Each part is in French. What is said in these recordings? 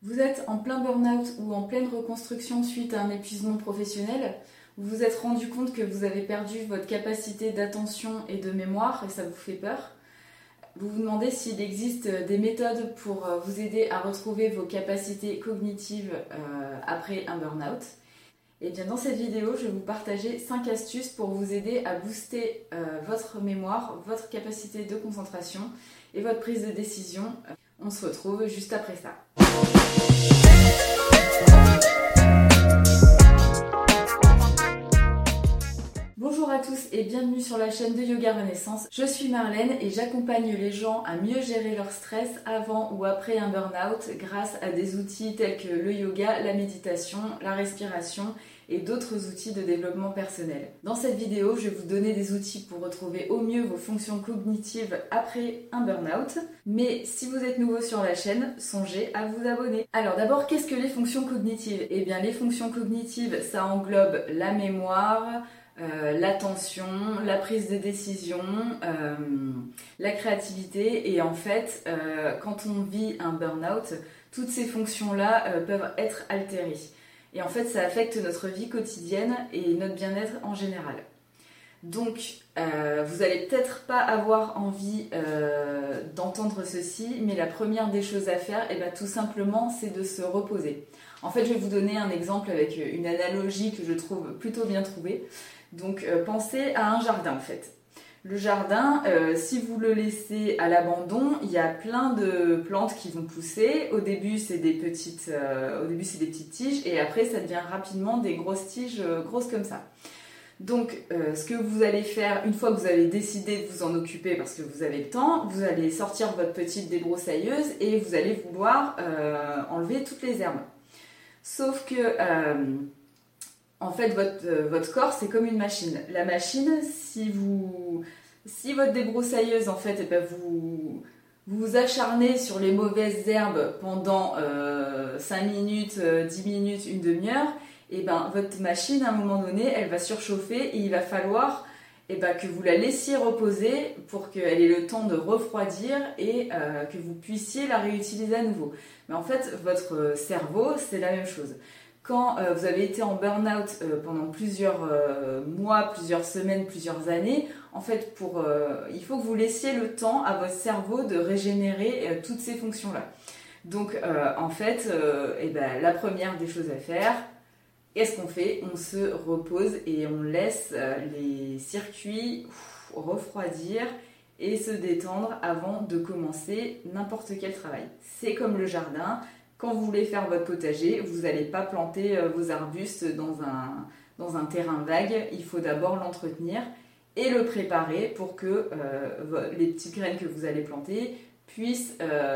Vous êtes en plein burn-out ou en pleine reconstruction suite à un épuisement professionnel. Vous vous êtes rendu compte que vous avez perdu votre capacité d'attention et de mémoire et ça vous fait peur. Vous vous demandez s'il existe des méthodes pour vous aider à retrouver vos capacités cognitives après un burn-out. Et bien dans cette vidéo, je vais vous partager 5 astuces pour vous aider à booster votre mémoire, votre capacité de concentration et votre prise de décision. On se retrouve juste après ça. Bonjour à tous et bienvenue sur la chaîne de Yoga Renaissance. Je suis Marlène et j'accompagne les gens à mieux gérer leur stress avant ou après un burn-out grâce à des outils tels que le yoga, la méditation, la respiration et d'autres outils de développement personnel. Dans cette vidéo, je vais vous donner des outils pour retrouver au mieux vos fonctions cognitives après un burn-out. Mais si vous êtes nouveau sur la chaîne, songez à vous abonner. Alors d'abord, qu'est-ce que les fonctions cognitives ? Eh bien, les fonctions cognitives, ça englobe la mémoire, l'attention, la prise de décision, la créativité. Et en fait, quand on vit un burn-out, toutes ces fonctions-là peuvent être altérées. Et en fait, ça affecte notre vie quotidienne et notre bien-être en général. Donc, vous allez peut-être pas avoir envie d'entendre ceci, mais la première des choses à faire, tout simplement, c'est de se reposer. En fait, je vais vous donner un exemple avec une analogie que je trouve plutôt bien trouvée. Donc, pensez à un jardin, en fait. Le jardin, si vous le laissez à l'abandon, il y a plein de plantes qui vont pousser. Au début, c'est des petites tiges et après, ça devient rapidement des grosses tiges grosses comme ça. Donc, ce que vous allez faire, une fois que vous avez décidé de vous en occuper parce que vous avez le temps, vous allez sortir votre petite débroussailleuse et vous allez vouloir enlever toutes les herbes. Sauf que... en fait, votre corps, c'est comme une machine. La machine, si votre débroussailleuse, en fait, vous vous acharnez sur les mauvaises herbes pendant 5 minutes, 10 minutes, une demi-heure, votre machine, à un moment donné, elle va surchauffer et il va falloir que vous la laissiez reposer pour qu'elle ait le temps de refroidir et que vous puissiez la réutiliser à nouveau. Mais en fait, votre cerveau, c'est la même chose. Quand vous avez été en burn-out pendant plusieurs mois, plusieurs semaines, plusieurs années, en fait, il faut que vous laissiez le temps à votre cerveau de régénérer toutes ces fonctions-là. Donc, la première des choses à faire, qu'est-ce qu'on fait ? On se repose et on laisse les circuits refroidir et se détendre avant de commencer n'importe quel travail. C'est comme le jardin. Quand vous voulez faire votre potager, vous n'allez pas planter vos arbustes dans un terrain vague. Il faut d'abord l'entretenir et le préparer pour que les petites graines que vous allez planter puissent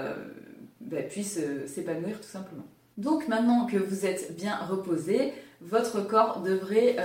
s'épanouir tout simplement. Donc maintenant que vous êtes bien reposé, votre corps devrait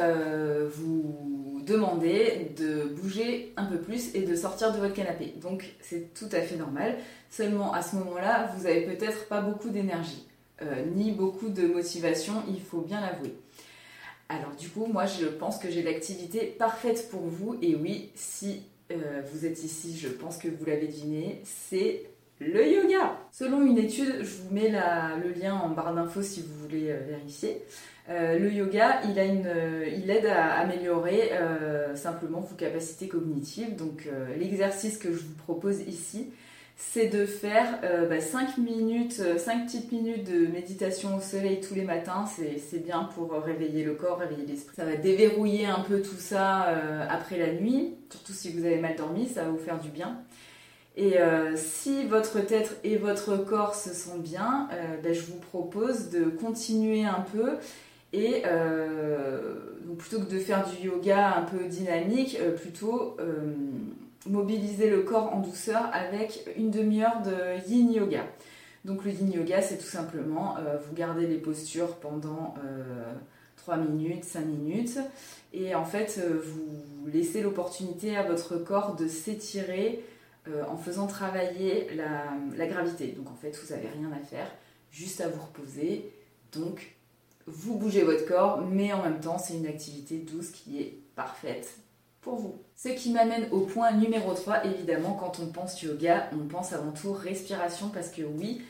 vous demander de bouger un peu plus et de sortir de votre canapé. Donc c'est tout à fait normal. Seulement à ce moment-là, vous n'avez peut-être pas beaucoup d'énergie, ni beaucoup de motivation, il faut bien l'avouer. Alors du coup, moi je pense que j'ai l'activité parfaite pour vous. Et oui, si vous êtes ici, je pense que vous l'avez deviné, c'est le yoga. Selon une étude, je vous mets le lien en barre d'infos si vous voulez vérifier. Le yoga, il aide à améliorer simplement vos capacités cognitives. Donc l'exercice que je vous propose ici, c'est de faire 5 petites minutes de méditation au soleil tous les matins. C'est bien pour réveiller le corps, réveiller l'esprit. Ça va déverrouiller un peu tout ça après la nuit, surtout si vous avez mal dormi, ça va vous faire du bien. Et si votre tête et votre corps se sentent bien, je vous propose de continuer un peu et donc plutôt que de faire du yoga un peu dynamique, plutôt mobiliser le corps en douceur avec une demi-heure de yin yoga. Donc le yin yoga, c'est tout simplement vous gardez les postures pendant 3 minutes, 5 minutes et en fait vous laissez l'opportunité à votre corps de s'étirer en faisant travailler la gravité. Donc en fait, vous n'avez rien à faire, juste à vous reposer. Donc, vous bougez votre corps, mais en même temps, c'est une activité douce qui est parfaite pour vous. Ce qui m'amène au point numéro 3, évidemment, quand on pense yoga, on pense avant tout respiration, parce que oui,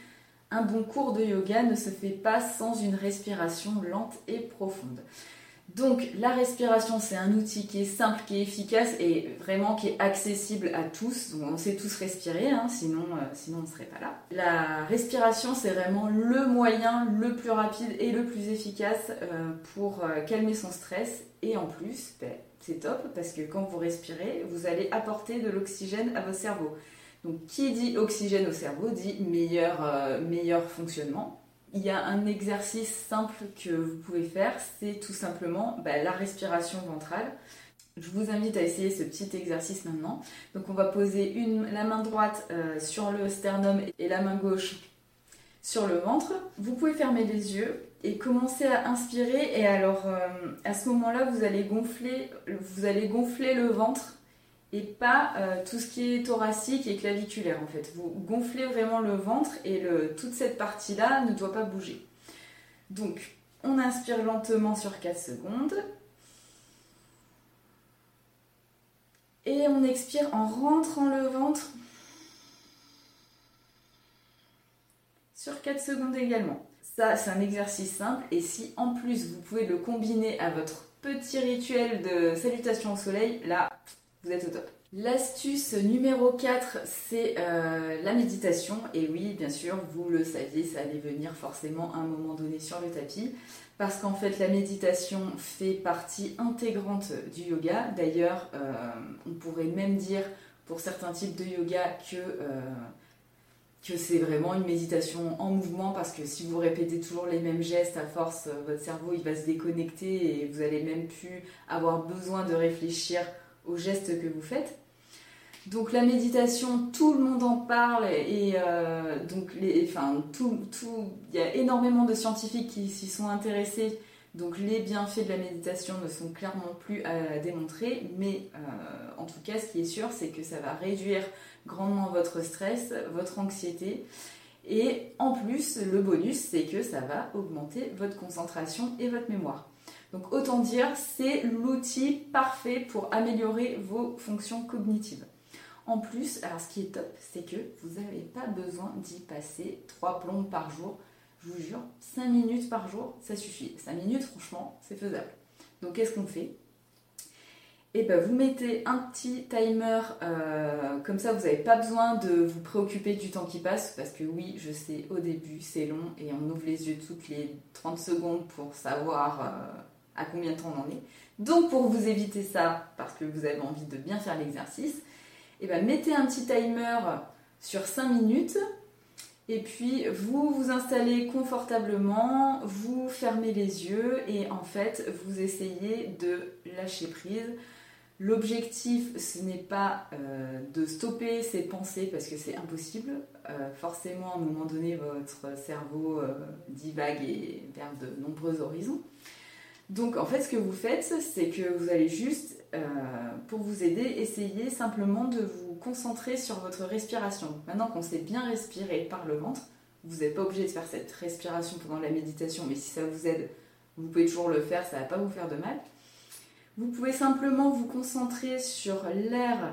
Un bon cours de yoga ne se fait pas sans une respiration lente et profonde. Donc la respiration, c'est un outil qui est simple, qui est efficace et vraiment qui est accessible à tous. Donc on sait tous respirer, hein, sinon on ne serait pas là. La respiration, c'est vraiment le moyen le plus rapide et le plus efficace pour calmer son stress. Et en plus, c'est top parce que quand vous respirez, vous allez apporter de l'oxygène à votre cerveau. Donc qui dit oxygène au cerveau dit meilleur fonctionnement. Il y a un exercice simple que vous pouvez faire, c'est tout simplement la respiration ventrale. Je vous invite à essayer ce petit exercice maintenant. Donc on va poser la main droite sur le sternum et la main gauche sur le ventre. Vous pouvez fermer les yeux et commencer à inspirer. Et alors à ce moment-là, vous allez gonfler le ventre et pas tout ce qui est thoracique et claviculaire en fait. Vous gonflez vraiment le ventre et toute cette partie-là ne doit pas bouger. Donc, on inspire lentement sur 4 secondes. Et on expire en rentrant le ventre sur 4 secondes également. Ça, c'est un exercice simple et si en plus vous pouvez le combiner à votre petit rituel de salutation au soleil, là, vous êtes au top. L'astuce numéro 4, c'est la méditation. Et oui, bien sûr, vous le saviez, ça allait venir forcément à un moment donné sur le tapis. Parce qu'en fait, la méditation fait partie intégrante du yoga. D'ailleurs, on pourrait même dire pour certains types de yoga que c'est vraiment une méditation en mouvement. Parce que si vous répétez toujours les mêmes gestes, à force, votre cerveau il va se déconnecter et vous allez même plus avoir besoin de réfléchir aux gestes que vous faites. Donc la méditation, tout le monde en parle et il y a énormément de scientifiques qui s'y sont intéressés. Donc les bienfaits de la méditation ne sont clairement plus à démontrer, mais en tout cas ce qui est sûr c'est que ça va réduire grandement votre stress, votre anxiété et en plus le bonus c'est que ça va augmenter votre concentration et votre mémoire. Donc autant dire, c'est l'outil parfait pour améliorer vos fonctions cognitives. En plus, alors ce qui est top, c'est que vous n'avez pas besoin d'y passer 3 plombes par jour. Je vous jure, 5 minutes par jour, ça suffit. 5 minutes, franchement, c'est faisable. Donc qu'est-ce qu'on fait ? Et vous mettez un petit timer, comme ça vous n'avez pas besoin de vous préoccuper du temps qui passe, parce que oui, je sais, au début c'est long et on ouvre les yeux toutes les 30 secondes pour savoir à combien de temps on en est. Donc pour vous éviter ça, parce que vous avez envie de bien faire l'exercice, mettez un petit timer sur 5 minutes et puis vous vous installez confortablement, vous fermez les yeux et en fait vous essayez de lâcher prise. L'objectif ce n'est pas de stopper ces pensées parce que c'est impossible. Forcément à un moment donné votre cerveau divague et vers de nombreux horizons. Donc en fait ce que vous faites c'est que vous allez juste, pour vous aider, essayer simplement de vous concentrer sur votre respiration. Maintenant qu'on sait bien respirer par le ventre, vous n'êtes pas obligé de faire cette respiration pendant la méditation, mais si ça vous aide, vous pouvez toujours le faire, ça ne va pas vous faire de mal. Vous pouvez simplement vous concentrer sur l'air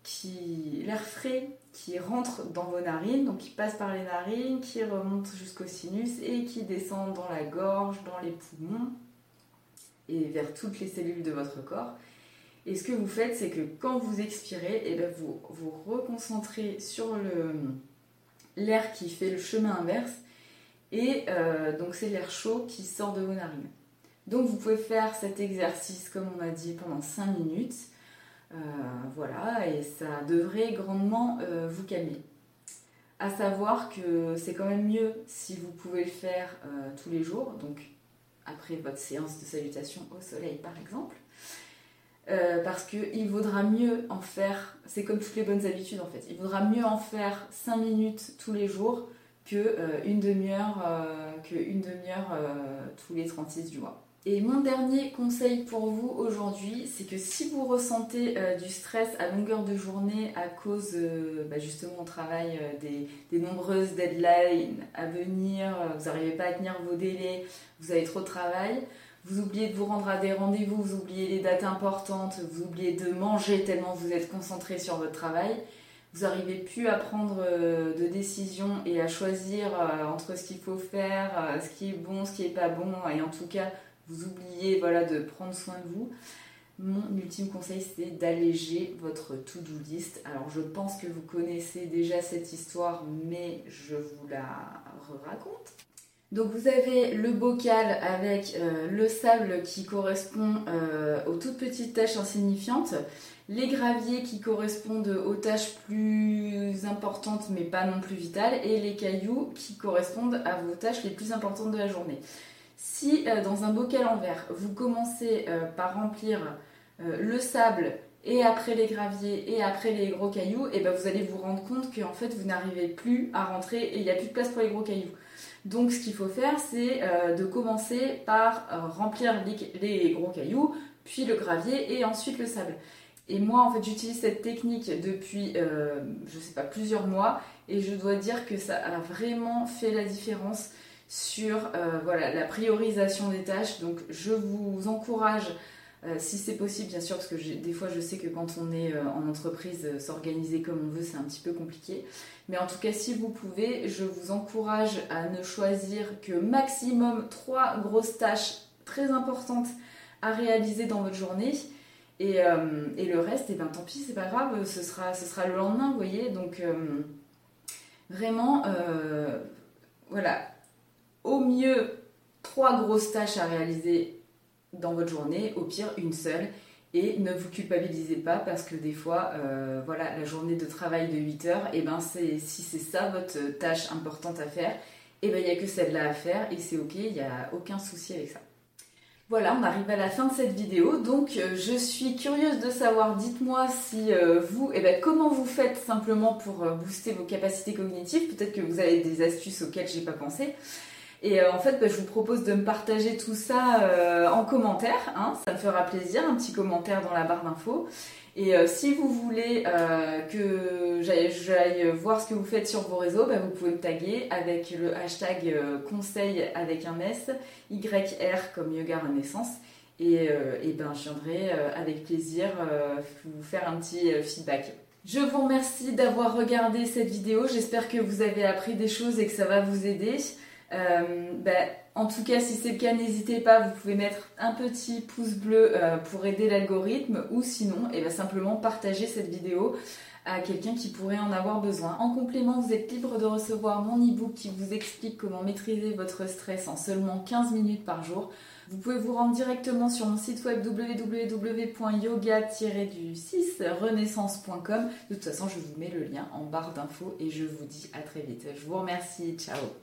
frais qui rentre dans vos narines, donc qui passe par les narines, qui remonte jusqu'au sinus et qui descend dans la gorge, dans les poumons et vers toutes les cellules de votre corps. Et ce que vous faites, c'est que quand vous expirez, vous vous reconcentrez sur l'air qui fait le chemin inverse et donc c'est l'air chaud qui sort de vos narines. Donc vous pouvez faire cet exercice, comme on a dit, pendant 5 minutes. Voilà, et ça devrait grandement vous calmer. À savoir que c'est quand même mieux si vous pouvez le faire tous les jours, donc après votre séance de salutation au soleil par exemple, parce qu'il vaudra mieux en faire, c'est comme toutes les bonnes habitudes en fait, il vaudra mieux en faire 5 minutes tous les jours que une demi-heure tous les 36 du mois. Et mon dernier conseil pour vous aujourd'hui, c'est que si vous ressentez du stress à longueur de journée à cause justement au travail des nombreuses deadlines à venir, vous n'arrivez pas à tenir vos délais, vous avez trop de travail, vous oubliez de vous rendre à des rendez-vous, vous oubliez les dates importantes, vous oubliez de manger tellement vous êtes concentré sur votre travail, vous n'arrivez plus à prendre de décision et à choisir entre ce qu'il faut faire, ce qui est bon, ce qui n'est pas bon, et en tout cas vous oubliez voilà, de prendre soin de vous, mon ultime conseil c'est d'alléger votre to-do list. Alors je pense que vous connaissez déjà cette histoire, mais je vous la raconte. Donc vous avez le bocal avec le sable qui correspond aux toutes petites tâches insignifiantes, les graviers qui correspondent aux tâches plus importantes mais pas non plus vitales, et les cailloux qui correspondent à vos tâches les plus importantes de la journée. Si dans un bocal en verre, vous commencez par remplir le sable et après les graviers et après les gros cailloux, et ben vous allez vous rendre compte qu'en fait vous n'arrivez plus à rentrer et il n'y a plus de place pour les gros cailloux. Donc ce qu'il faut faire, c'est de commencer par remplir les gros cailloux, puis le gravier et ensuite le sable. Et moi en fait j'utilise cette technique depuis je sais pas plusieurs mois, et je dois dire que ça a vraiment fait la différence sur voilà, la priorisation des tâches. Donc je vous encourage, si c'est possible bien sûr, parce que des fois je sais que quand on est en entreprise, s'organiser comme on veut c'est un petit peu compliqué, mais en tout cas si vous pouvez, je vous encourage à ne choisir que maximum 3 grosses tâches très importantes à réaliser dans votre journée, et le reste, et ben tant pis, c'est pas grave, ce sera le lendemain, vous voyez. Donc vraiment voilà, au mieux 3 grosses tâches à réaliser dans votre journée, au pire une seule, et ne vous culpabilisez pas parce que des fois voilà, la journée de travail de 8 heures, et ben si c'est ça votre tâche importante à faire, et ben il n'y a que celle-là à faire et c'est ok, il n'y a aucun souci avec ça. Voilà, on arrive à la fin de cette vidéo, donc je suis curieuse de savoir, dites-moi si vous, comment vous faites simplement pour booster vos capacités cognitives. Peut-être que vous avez des astuces auxquelles j'ai pas pensé. Et en fait, je vous propose de me partager tout ça en commentaire, hein, ça me fera plaisir, un petit commentaire dans la barre d'infos. Et si vous voulez que j'aille voir ce que vous faites sur vos réseaux, vous pouvez me taguer avec le hashtag conseil avec un S, YR comme Yoga Renaissance. Et je viendrai avec plaisir vous faire un petit feedback. Je vous remercie d'avoir regardé cette vidéo, j'espère que vous avez appris des choses et que ça va vous aider. En tout cas, si c'est le cas, n'hésitez pas, vous pouvez mettre un petit pouce bleu pour aider l'algorithme, ou sinon, simplement partager cette vidéo à quelqu'un qui pourrait en avoir besoin. En complément, vous êtes libre de recevoir mon e-book qui vous explique comment maîtriser votre stress en seulement 15 minutes par jour. Vous pouvez vous rendre directement sur mon site web www.yoga-renaissance.com. De toute façon, je vous mets le lien en barre d'infos et je vous dis à très vite. Je vous remercie, ciao!